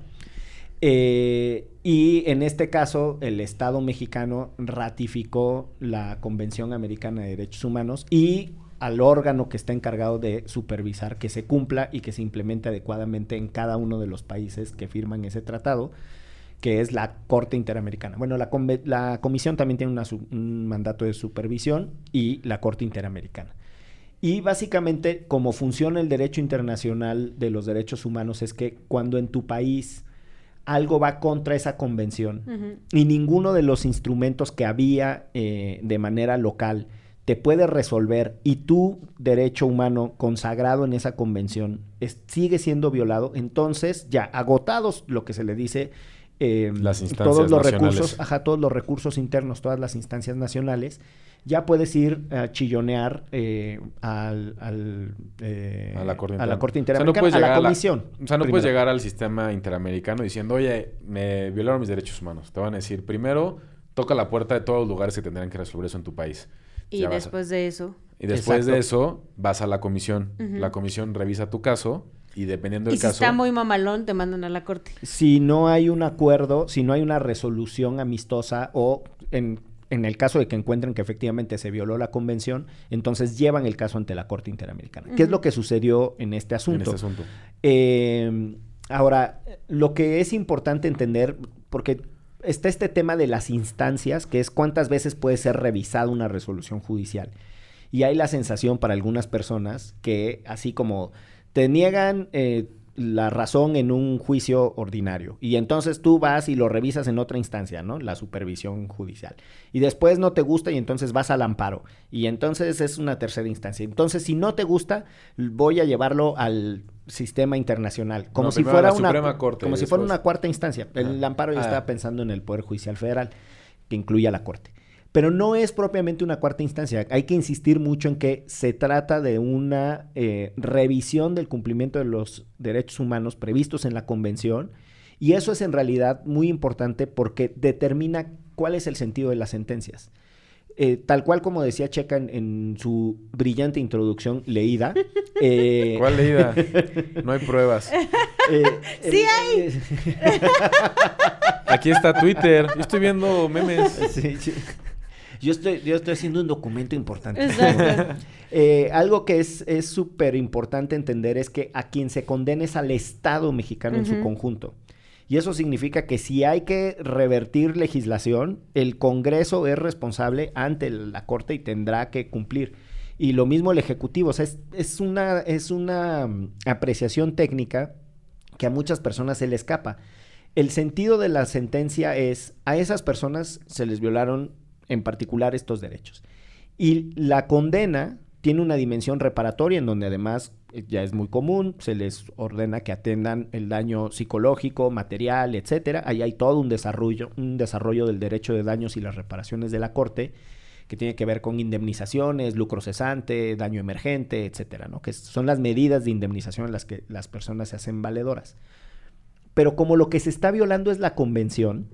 Y en este caso, el Estado mexicano ratificó la Convención Americana de Derechos Humanos y al órgano que está encargado de supervisar que se cumpla y que se implemente adecuadamente en cada uno de los países que firman ese tratado, que es la Corte Interamericana. Bueno, la Comisión también tiene un mandato de supervisión y la Corte Interamericana. Y básicamente, como funciona el derecho internacional de los derechos humanos, es que cuando en tu país algo va contra esa convención Ujú. y ninguno de los instrumentos que había de manera local te puede resolver y tu derecho humano consagrado en esa convención sigue siendo violado, entonces ya agotados lo que se le dice Las instancias todos los nacionales. todos los recursos internos, todas las instancias nacionales, ya puedes ir a chillonear a la Corte a la Corte O sea, Interamericana, puedes a llegar la Comisión. O sea, no puedes primero. llegar al sistema interamericano diciendo, oye, me violaron mis derechos humanos. Te van a decir, primero, toca la puerta de todos los lugares que tendrán que resolver eso en tu país. Y Ya vas a- después de eso... Y después Exacto. de eso, vas a la comisión. Ujú. La comisión revisa tu caso y dependiendo Y del si caso... está muy mamalón, te mandan a la corte. Si no hay un acuerdo, si no hay una resolución amistosa o en el caso de que encuentren que efectivamente se violó la convención, entonces llevan el caso ante la Corte Interamericana. ¿Qué es lo que sucedió en este en asunto? este asunto. Ahora, lo que es importante entender, porque está este tema de las instancias, que es cuántas veces puede ser revisada una resolución judicial. Y hay la sensación para algunas personas que así como te niegan la razón en un juicio ordinario y entonces tú vas y lo revisas en otra instancia, ¿no? La supervisión judicial. Y después no te gusta y entonces vas al amparo. Y entonces es una tercera instancia. Entonces, si no te gusta, voy a llevarlo al sistema internacional. Como si fuera una Suprema Corte, como si fuera una cuarta instancia. El amparo yo estaba pensando en el Poder Judicial Federal, que incluye a la Corte. Pero no es propiamente una cuarta instancia. Hay que insistir mucho en que se trata de una revisión del cumplimiento de los derechos humanos previstos en la Convención, y eso es en realidad muy importante porque determina cuál es el sentido de las sentencias. Tal cual como decía Checa en su brillante introducción leída. ¿Cuál leída? No hay pruebas. ¡Sí hay! Aquí está Twitter. Yo estoy viendo memes. Sí. Yo estoy haciendo un documento importante. Exacto. Algo que es súper importante entender es que a quien se condena es al Estado mexicano en su conjunto. Y eso significa que si hay que revertir legislación, el Congreso es responsable ante la Corte y tendrá que cumplir. Y lo mismo el Ejecutivo. O sea, es una apreciación técnica que a muchas personas se le escapa. El sentido de la sentencia es, a esas personas se les violaron en particular estos derechos. Y la condena tiene una dimensión reparatoria en donde además ya es muy común, se les ordena que atendan el daño psicológico, material, etcétera. Ahí hay todo un desarrollo del derecho de daños y las reparaciones de la Corte, que tiene que ver con indemnizaciones, lucro cesante, daño emergente, etcétera, ¿no? Que son las medidas de indemnización en las que las personas se hacen valedoras. Pero como lo que se está violando es la Convención,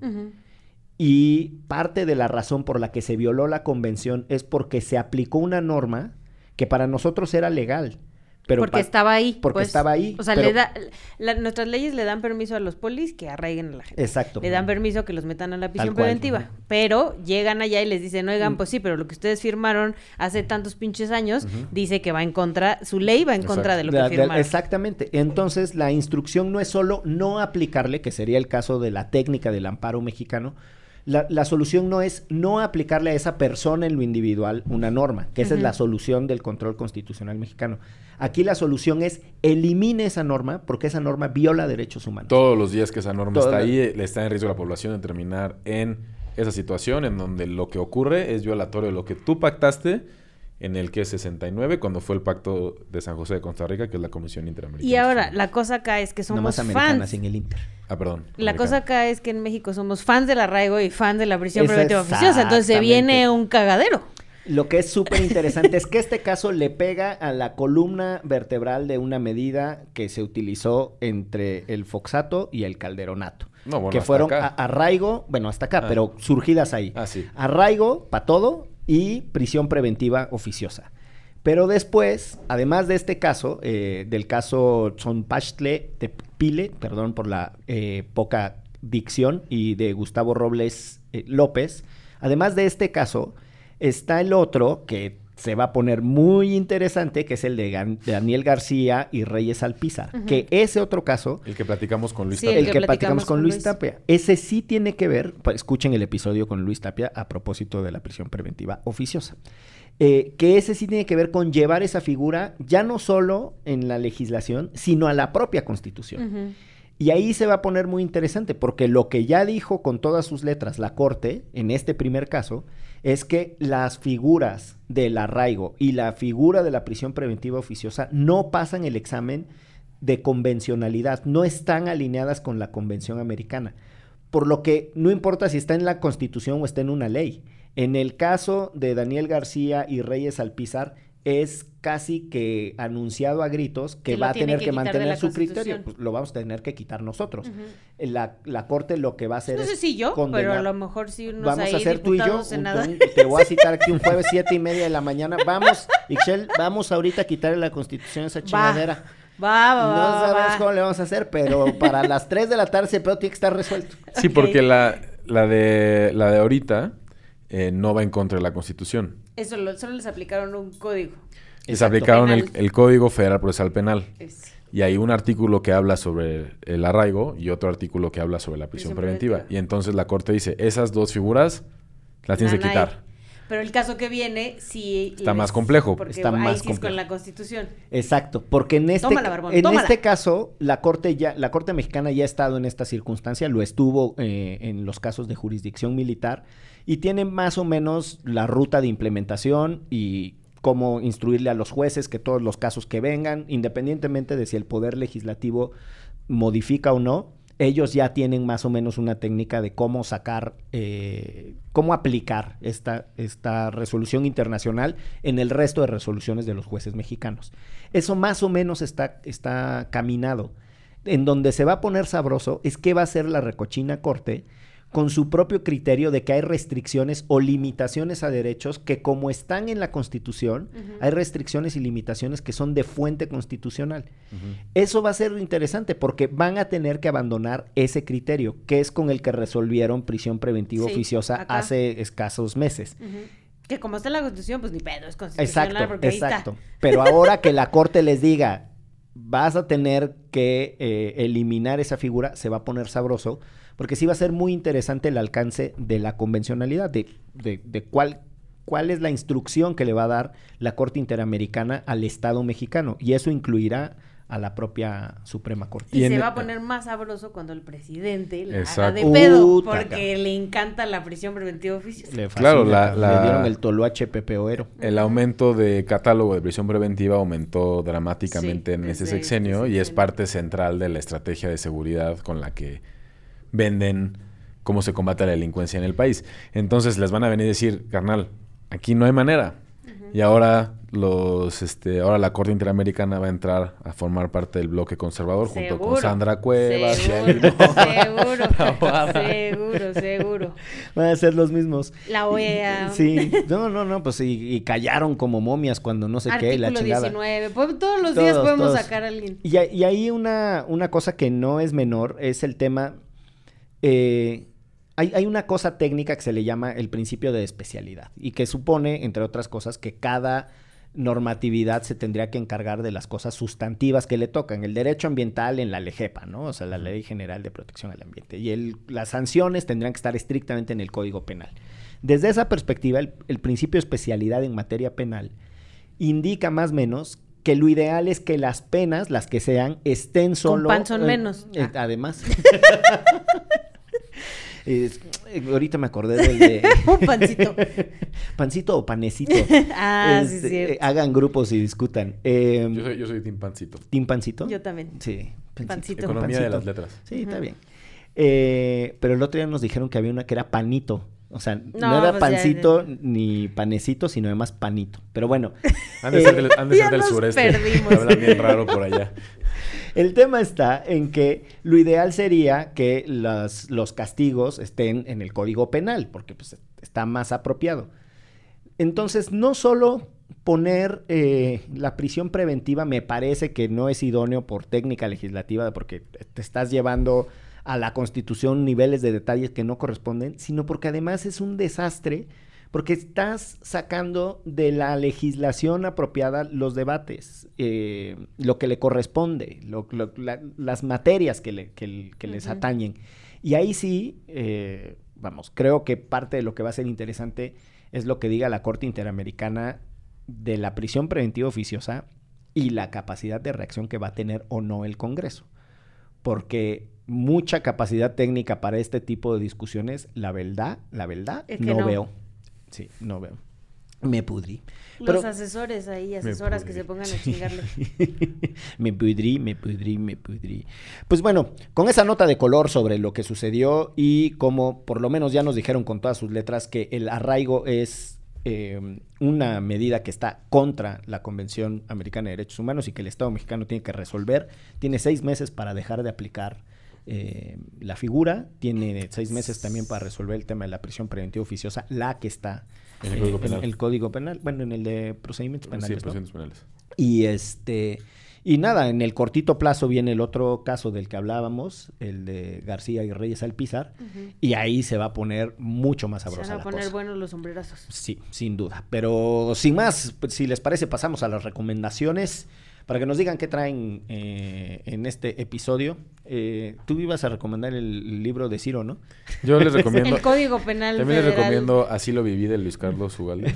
y parte de la razón por la que se violó la Convención es porque se aplicó una norma que para nosotros era legal. Pero porque estaba ahí. Porque estaba ahí. O sea, nuestras leyes le dan permiso a los polis que arraiguen a la gente. Exacto. Le dan permiso que los metan a la prisión preventiva. Pero llegan allá y les dicen, oigan, pues sí, pero lo que ustedes firmaron hace tantos pinches años dice que va en contra, su ley va en contra de lo que firmaron. Exactamente. Entonces, la instrucción no es solo no aplicarle, que sería el caso de la técnica del amparo mexicano. La solución no es no aplicarle a esa persona en lo individual una norma, que esa es la solución del control constitucional mexicano. Aquí la solución es elimine esa norma porque esa norma viola derechos humanos. Todos los días que esa norma está ahí, le está en riesgo a la población de terminar en esa situación en donde lo que ocurre es violatorio de lo que tú pactaste en el que es 69, cuando fue el Pacto de San José de Costa Rica, que es la Comisión Interamericana. Y ahora, la cosa acá es que somos más americanas fans. en el Inter. Perdón. La cosa acá es que en México somos fans del arraigo y fans de la prisión preventiva oficiosa, entonces se viene un cagadero. Lo que es súper interesante es que este caso le pega a la columna vertebral de una medida que se utilizó entre el Foxato y el Calderonato. No, bueno, que fueron arraigo, bueno, hasta acá, pero surgidas ahí. Sí. Arraigo para todo y prisión preventiva oficiosa. Pero después, además de este caso, del caso Tzonpaxtle Tepile, perdón por la poca dicción, y de Gustavo Robles López, además de este caso, está el otro que se va a poner muy interesante, que es el de Daniel García y Reyes Alpizar, que ese otro caso... El que platicamos con Luis Tapia. Tapia. El que platicamos con Luis Tapia. Ese sí tiene que ver, escuchen el episodio con Luis Tapia a propósito de la prisión preventiva oficiosa. Que ese sí tiene que ver con llevar esa figura ya no solo en la legislación, sino a la propia Constitución. Y ahí se va a poner muy interesante, porque lo que ya dijo con todas sus letras la Corte, en este primer caso, es que las figuras del arraigo y la figura de la prisión preventiva oficiosa no pasan el examen de convencionalidad, no están alineadas con la Convención Americana. Por lo que no importa si está en la Constitución o está en una ley. En el caso de Daniel García y Reyes Alpizar, es casi que anunciado a gritos que va a tener que mantener su criterio. Pues lo vamos a tener que quitar nosotros. La Corte lo que va a hacer no sé si yo, pero a lo mejor sí unos vamos ahí a hacer tú y yo. senadores. Te voy a citar aquí un jueves 7:30 de la mañana. Vamos, Ixchel, vamos ahorita a quitarle la Constitución a esa chingadera. No sabemos cómo le vamos a hacer, pero para las 3 de la tarde ese pedo tiene que estar resuelto. Sí, porque la de ahorita no va en contra de la Constitución. Eso, solo les aplicaron un código. Les aplicaron el Código Federal Procesal Penal. Y hay un artículo que habla sobre el arraigo y otro artículo que habla sobre la prisión preventiva. Y entonces la Corte dice, esas dos figuras las tienes que quitar. Pero el caso que viene sí está más complejo. Porque está ahí más sí es complejo con la Constitución. Exacto, porque en Tómala. este caso la Corte Mexicana ya ha estado en esta circunstancia, lo estuvo en los casos de jurisdicción militar y tiene más o menos la ruta de implementación y cómo instruirle a los jueces que todos los casos que vengan, independientemente de si el Poder Legislativo modifica o no, ellos ya tienen más o menos una técnica de cómo sacar, cómo aplicar esta resolución internacional en el resto de resoluciones de los jueces mexicanos. Eso más o menos está caminado. En donde se va a poner sabroso es qué va a hacer la recochina Corte con su propio criterio de que hay restricciones o limitaciones a derechos que como están en la Constitución, hay restricciones y limitaciones que son de fuente constitucional. Eso va a ser interesante porque van a tener que abandonar ese criterio, que es con el que resolvieron prisión preventiva oficiosa acá. hace escasos meses. Que como está en la Constitución, pues ni pedo, es constitucional. Porque ahí está. Pero ahora que la Corte les diga, vas a tener que eliminar esa figura, se va a poner sabroso, porque sí va a ser muy interesante el alcance de la convencionalidad, de cuál es la instrucción que le va a dar la Corte Interamericana al Estado mexicano, y eso incluirá a la propia Suprema Corte. Y se va a poner más sabroso cuando el presidente la haga Exacto. de pedo, Puta, porque le encanta la prisión preventiva oficiosa. Le fascina, Claro, le dieron el toloache pepeoero. El aumento de catálogo de prisión preventiva aumentó dramáticamente en ese sexenio y es parte central de la estrategia de seguridad con la que venden cómo se combate la delincuencia en el país. Entonces les van a venir a decir, carnal, aquí no hay manera. Y ahora ahora la Corte Interamericana va a entrar a formar parte del bloque conservador junto con Sandra Cuevas. Seguro. Van a ser los mismos. La OEA. Sí, no, pues y callaron como momias cuando no sé qué, la chingada. Artículo 19, pues, todos los días podemos sacar a alguien. Y ahí una cosa que no es menor es el tema, hay una cosa técnica que se le llama el principio de especialidad y que supone, entre otras cosas, que cada normatividad se tendría que encargar de las cosas sustantivas que le tocan. El derecho ambiental en la LEGEPA, ¿no? O sea, la Ley General de Protección al Ambiente. Y las sanciones tendrían que estar estrictamente en el Código Penal. Desde esa perspectiva, el principio de especialidad en materia penal indica más o menos que lo ideal es que las penas, las que sean, estén solo... Con pan son menos. Además... ahorita me acordé del de... Un pancito. Pancito o panecito. Sí, cierto. Hagan grupos y discutan. Yo soy Team Pancito. ¿Team Pancito? Yo también. Sí. Pancito. Economía Pancito. de las letras. Sí, está bien. Pero el otro día nos dijeron que había una que era panito. O sea, no era pues pancito ni panecito, sino además panito. Pero bueno. Han de ser del nos sureste. perdimos. Hablan bien raro por allá. El tema está en que lo ideal sería que los castigos estén en el Código Penal, porque pues, está más apropiado. Entonces, no solo poner la prisión preventiva me parece que no es idóneo por técnica legislativa, porque te estás llevando a la Constitución niveles de detalles que no corresponden, sino porque además es un desastre, porque estás sacando de la legislación apropiada los debates, lo que le corresponde, las materias que les atañen. Y ahí sí, creo que parte de lo que va a ser interesante es lo que diga la Corte Interamericana de la prisión preventiva oficiosa y la capacidad de reacción que va a tener o no el Congreso. Porque mucha capacidad técnica para este tipo de discusiones, la verdad, no veo. Sí, no veo. Me pudrí. Los asesores ahí, asesoras que se pongan a chingarle. Me pudrí. Pues bueno, con esa nota de color sobre lo que sucedió y como por lo menos ya nos dijeron con todas sus letras que el arraigo es una medida que está contra la Convención Americana de Derechos Humanos y que el Estado mexicano tiene que resolver. Tiene 6 meses para dejar de aplicar la figura, tiene 6 meses también para resolver el tema de la prisión preventiva oficiosa, la que está en el Código Penal. En el Código Penal, bueno, en el de procedimientos penales. Sí, procedimientos penales. Y nada, en el cortito plazo viene el otro caso del que hablábamos, el de García y Reyes Alpizar, y ahí se va a poner mucho más sabrosa la cosa. Se van a poner buenos los sombrerazos. Sí, sin duda. Pero sin más, si les parece, pasamos a las recomendaciones para que nos digan qué traen en este episodio. Tú ibas a recomendar el libro de Ciro, ¿no? Yo les recomiendo... El Código Penal También les Federal. recomiendo Así lo viví de Luis Carlos Ugalde.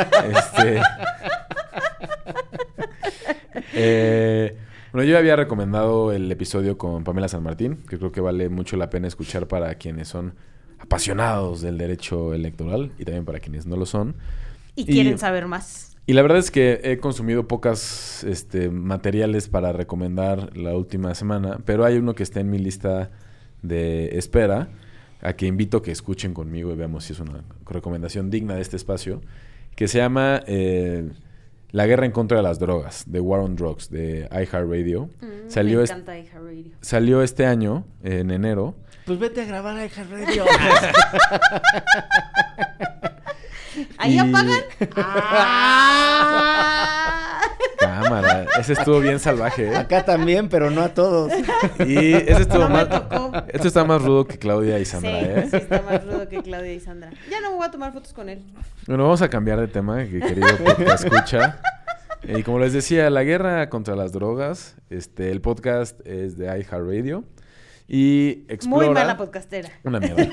Bueno, yo había recomendado el episodio con Pamela San Martín, que creo que vale mucho la pena escuchar para quienes son apasionados del derecho electoral y también para quienes no lo son. Y quieren saber más. Y la verdad es que he consumido pocas materiales para recomendar la última semana, pero hay uno que está en mi lista de espera, a que invito a que escuchen conmigo y veamos si es una recomendación digna de este espacio, que se llama La guerra en contra de las drogas, The War on Drugs, de iHeartRadio. Me encanta iHeartRadio. Salió este año, en enero. Pues vete a grabar a iHeartRadio. ¿Ahí apagan? Cámara, ese estuvo bien salvaje, ¿eh? Acá también, pero no a todos. Y ese estuvo No me más... tocó. Esto está más rudo que Claudia y Sandra, ¿eh? Sí, está más rudo que Claudia y Sandra. Ya no me voy a tomar fotos con él. Bueno, vamos a cambiar de tema, que querido podcast escucha. Y como les decía, la guerra contra las drogas, el podcast es de iHeartRadio y explora... Muy mala podcastera. Una mierda.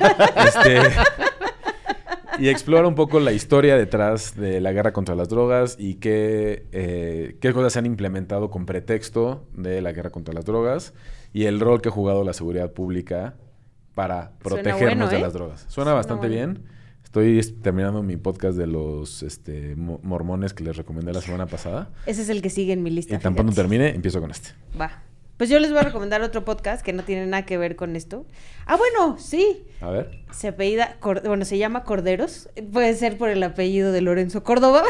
Y explora un poco la historia detrás de la guerra contra las drogas y qué cosas se han implementado con pretexto de la guerra contra las drogas y el rol que ha jugado la seguridad pública para protegernos bueno, de las drogas. Suena bastante bien. Estoy terminando mi podcast de los mormones que les recomendé la semana pasada. Ese es el que sigue en mi lista. Y tan pronto termine, empiezo con este. Va. Pues yo les voy a recomendar otro podcast que no tiene nada que ver con esto. Ah, bueno, sí. A ver. Se llama Corderos. Puede ser por el apellido de Lorenzo Córdoba.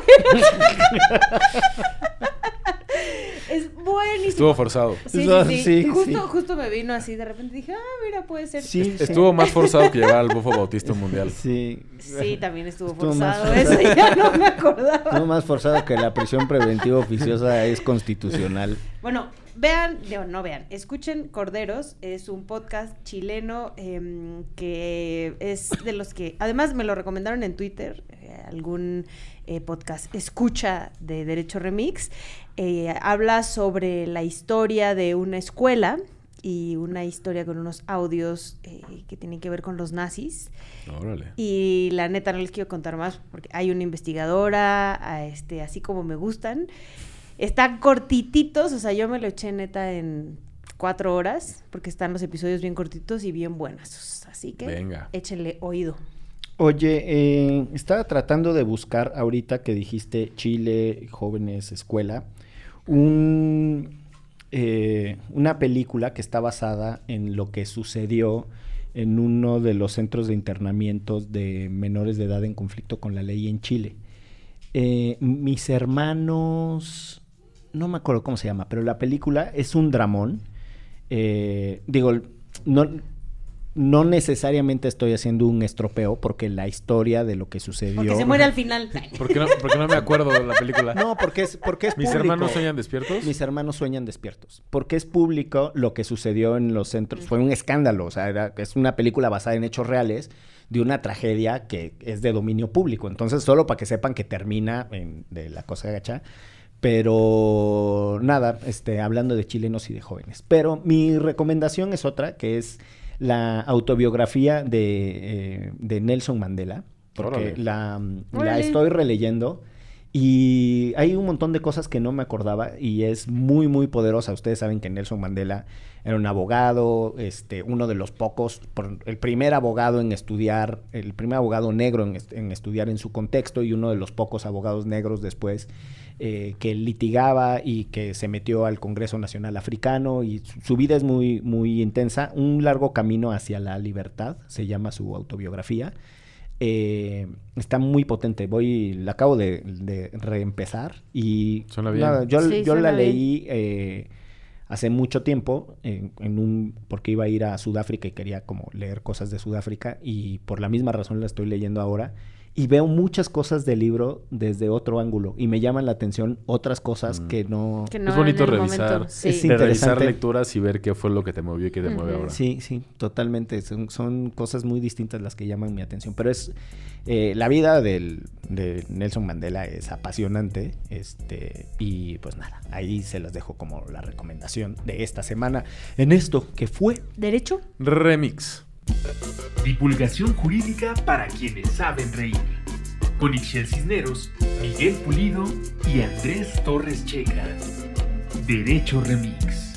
Es buenísimo. Estuvo forzado. Sí. Justo me vino así. De repente dije, mira, puede ser. Sí. Estuvo más forzado que llevar al bufo bautista mundial. Sí. Sí, también estuvo Estuvo forzado. más- Eso ya no me acordaba. No más forzado que la prisión preventiva oficiosa es constitucional. Bueno, escuchen Corderos, es un podcast chileno que es de los que, además me lo recomendaron en Twitter, algún podcast escucha de Derecho Remix, habla sobre la historia de una escuela y una historia con unos audios que tienen que ver con los nazis. Órale. Y la neta no les quiero contar más porque hay una investigadora, así como me gustan. Están cortititos, o sea, yo me lo eché neta en 4 horas, porque están los episodios bien cortitos y bien buenos. Así que Venga. échenle oído. Oye, estaba tratando de buscar ahorita que dijiste Chile, jóvenes, escuela, una película que está basada en lo que sucedió en uno de los centros de internamiento de menores de edad en conflicto con la ley en Chile. Mis hermanos... No me acuerdo cómo se llama, pero la película es un dramón. No necesariamente estoy haciendo un estropeo porque la historia de lo que sucedió... Porque se muere al final. ¿Por qué no me acuerdo de la película? No, porque es ¿Mis público. hermanos sueñan despiertos? Mis hermanos sueñan despiertos. Porque es público lo que sucedió en los centros. Fue un escándalo. O sea, es una película basada en hechos reales de una tragedia que es de dominio público. Entonces, solo para que sepan que termina de la cosa gacha. Pero nada, hablando de chilenos y de jóvenes. Pero mi recomendación es otra, que es la autobiografía de Nelson Mandela. Porque la estoy releyendo y hay un montón de cosas que no me acordaba y es muy, muy poderosa. Ustedes saben que Nelson Mandela era un abogado, uno de los pocos, el primer abogado en estudiar, el primer abogado negro en estudiar en su contexto y uno de los pocos abogados negros después que litigaba y que se metió al Congreso Nacional Africano y su vida es muy, muy intensa. Un largo camino hacia la libertad, se llama su autobiografía. Está muy potente. La acabo de reempezar y Suena bien. nada, yo suena la bien. leí hace mucho tiempo porque iba a ir a Sudáfrica y quería como leer cosas de Sudáfrica y por la misma razón la estoy leyendo ahora y veo muchas cosas del libro desde otro ángulo y me llaman la atención otras cosas que no... Que no es bonito en el revisar, momento, sí. Es de revisar interesante. lecturas y ver qué fue lo que te movió y qué te mueve ahora. Sí, totalmente. Son cosas muy distintas las que llaman mi atención. Pero es la vida de Nelson Mandela es apasionante. Y pues nada, ahí se las dejo como la recomendación de esta semana en esto que fue ¿Derecho? Remix. Divulgación jurídica para quienes saben reír. Con Ixchel Cisneros, Miguel Pulido y Andrés Torres Checa. Derecho Remix.